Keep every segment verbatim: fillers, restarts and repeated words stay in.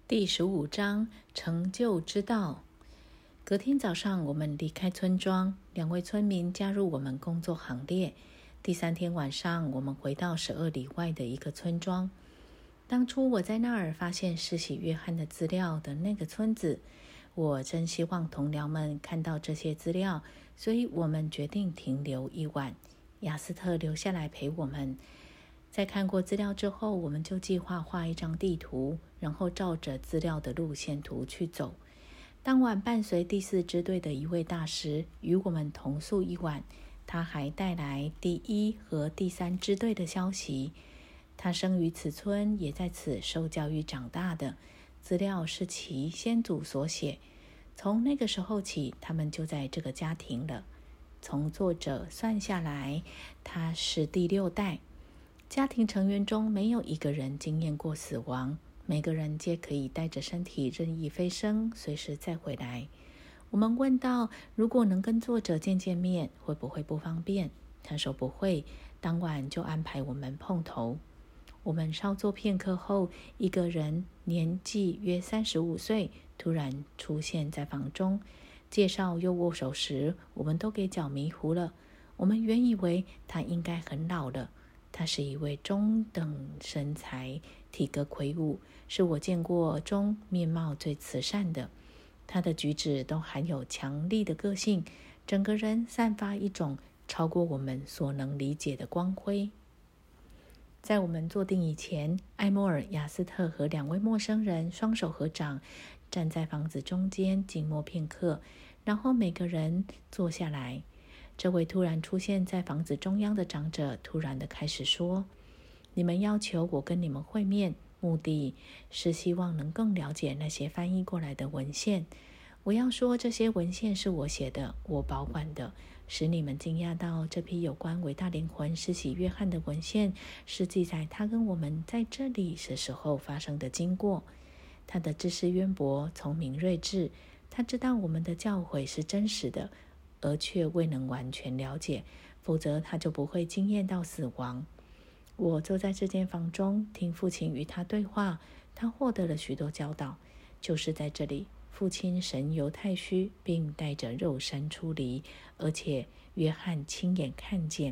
第十五章成就之道。隔天早上，我们离开村庄，两位村民加入我们工作行列。第三天晚上，我们回到十二里外的一个村庄。当初我在那儿发现施洗约翰的资料的那个村子，我真希望同僚们看到这些资料，所以我们决定停留一晚。亚斯特留下来陪我们。在看过资料之后，我们就计划画一张地图，然后照着资料的路线图去走。当晚伴随第四支队的一位大师与我们同宿一晚，他还带来第一和第三支队的消息。他生于此村，也在此受教育长大的，资料是其先祖所写。从那个时候起，他们就在这个家庭了。从作者算下来，他是第六代。家庭成员中没有一个人经验过死亡，每个人皆可以带着身体任意飞升，随时再回来。我们问道，如果能跟作者见见面，会不会不方便？他说不会，当晚就安排我们碰头。我们稍作片刻后，一个人年纪约三十五岁，突然出现在房中。介绍又握手时，我们都给搅迷糊了。我们原以为他应该很老了。他是一位中等身材，体格魁梧，是我见过中面貌最慈善的。他的举止都含有强力的个性，整个人散发一种超过我们所能理解的光辉。在我们坐定以前，艾莫尔、亚斯特和两位陌生人双手合掌，站在房子中间静默片刻，然后每个人坐下来。这位突然出现在房子中央的长者突然地开始说：你们要求我跟你们会面，目的是希望能更了解那些翻译过来的文献。我要说，这些文献是我写的，我保管的，使你们惊讶到这批有关伟大灵魂施洗约翰的文献是记载他跟我们在这里的时候发生的经过。他的知识渊博，聪明睿智，他知道我们的教诲是真实的，而却未能完全了解，否则他就不会惊艳到死亡。我坐在这间房中，听父亲与他对话，他获得了许多教导。就是在这里，父亲神游太虚，并带着肉身出离，而且约翰亲眼看见。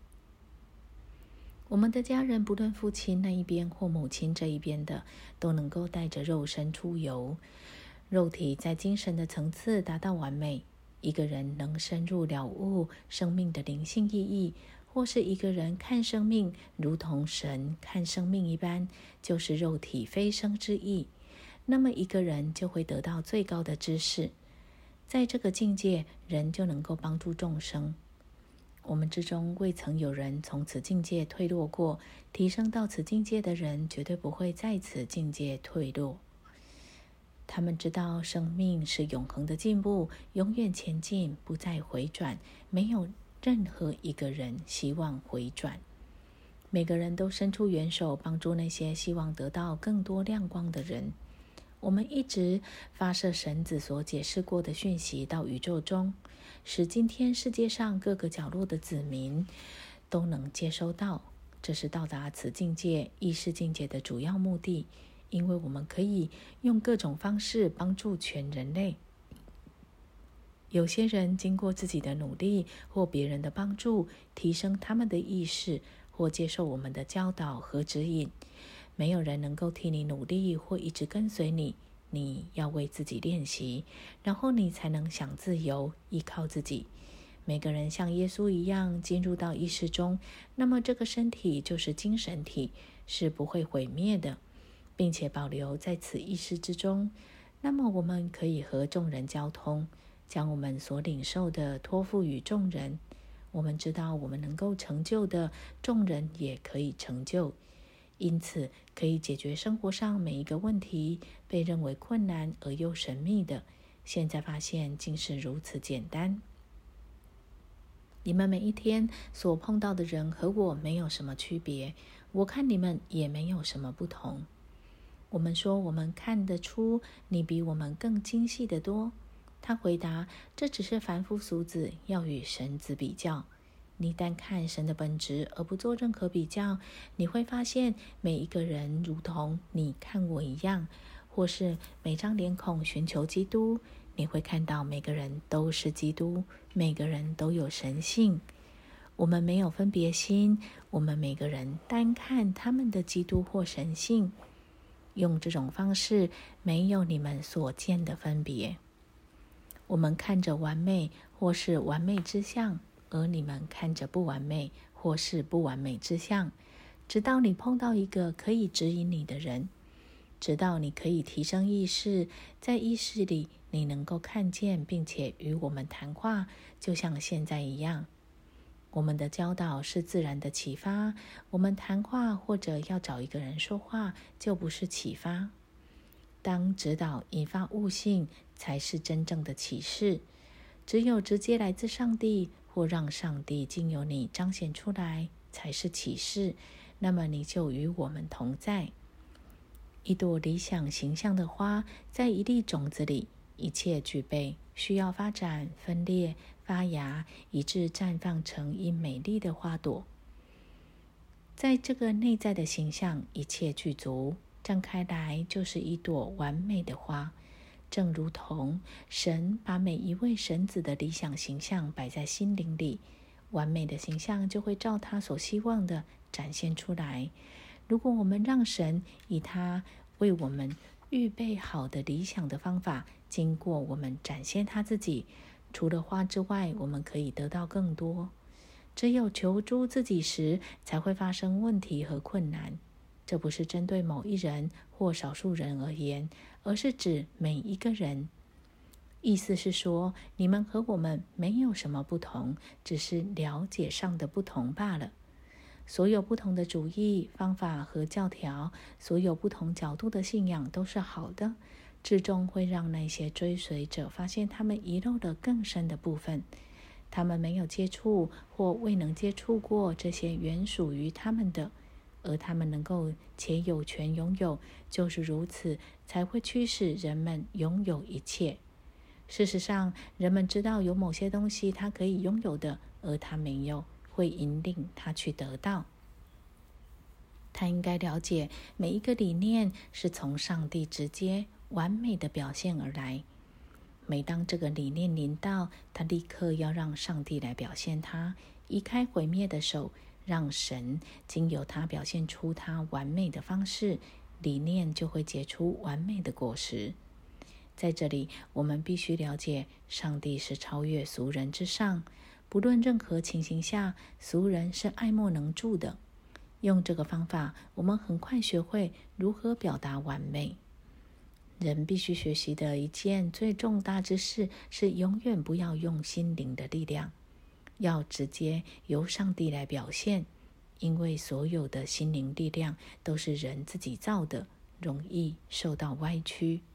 我们的家人，不论父亲那一边或母亲这一边的，都能够带着肉身出游。肉体在精神的层次达到完美。一个人能深入了悟生命的灵性意义，或是一个人看生命如同神看生命一般，就是肉体飞升之意，那么一个人就会得到最高的知识。在这个境界，人就能够帮助众生。我们之中未曾有人从此境界退落过，提升到此境界的人绝对不会在此境界退落。他们知道生命是永恒的进步，永远前进，不再回转，没有任何一个人希望回转。每个人都伸出援手，帮助那些希望得到更多亮光的人。我们一直发射神子所解释过的讯息到宇宙中，使今天世界上各个角落的子民都能接收到。这是到达此境界意识境界的主要目的。因为我们可以用各种方式帮助全人类。有些人经过自己的努力或别人的帮助，提升他们的意识，或接受我们的教导和指引。没有人能够替你努力或一直跟随你，你要为自己练习，然后你才能享自由，依靠自己。每个人像耶稣一样进入到意识中，那么这个身体就是精神体，是不会毁灭的，并且保留在此意识之中。那么我们可以和众人交通，将我们所领受的托付于众人。我们知道我们能够成就的，众人也可以成就，因此可以解决生活上每一个问题，被认为困难而又神秘的，现在发现竟是如此简单。你们每一天所碰到的人和我没有什么区别，我看你们也没有什么不同。我们说我们看得出你比我们更精细得多。他回答，这只是凡夫俗子要与神子比较。你单看神的本质而不做任何比较，你会发现每一个人如同你看我一样， 或是每张脸孔寻求基督，你会看到每个人都是基督，每个人都有神性。我们没有分别心，我们每个人单看他们的基督或神性，用这种方式没有你们所见的分别。我们看着完美或是完美之相，而你们看着不完美或是不完美之相，直到你碰到一个可以指引你的人，直到你可以提升意识，在意识里你能够看见并且与我们谈话，就像现在一样。我们的教导是自然的启发，我们谈话或者要找一个人说话，就不是启发。当指导引发悟性，才是真正的启示。只有直接来自上帝，或让上帝经由你彰显出来，才是启示。那么你就与我们同在。一朵理想形象的花，在一粒种子里，一切具备，需要发展、分裂、发芽，以致绽放成一美丽的花朵。在这个内在的形象，一切具足，绽开来就是一朵完美的花。正如同神把每一位神子的理想形象摆在心灵里，完美的形象就会照他所希望的展现出来。如果我们让神以他为我们预备好的理想的方法，经过我们展现他自己，除了花之外，我们可以得到更多。只有求助自己时，才会发生问题和困难。这不是针对某一人或少数人而言，而是指每一个人。意思是说，你们和我们没有什么不同，只是了解上的不同罢了。所有不同的主义、方法和教条，所有不同角度的信仰都是好的，至终会让那些追随者发现他们遗漏了更深的部分。他们没有接触或未能接触过这些原属于他们的，而他们能够且有权拥有，就是如此，才会驱使人们拥有一切。事实上，人们知道有某些东西他可以拥有的，而他没有，会引领他去得到。他应该了解，每一个理念是从上帝直接完美的表现而来。每当这个理念临到，他立刻要让上帝来表现它，移开毁灭的手，让神经由他表现出他完美的方式，理念就会结出完美的果实。在这里，我们必须了解，上帝是超越俗人之上，不论任何情形下，俗人是爱莫能助的。用这个方法，我们很快学会如何表达完美。人必须学习的一件最重大之事，是永远不要用心灵的力量，要直接由上帝来表现，因为所有的心灵力量都是人自己造的，容易受到歪曲。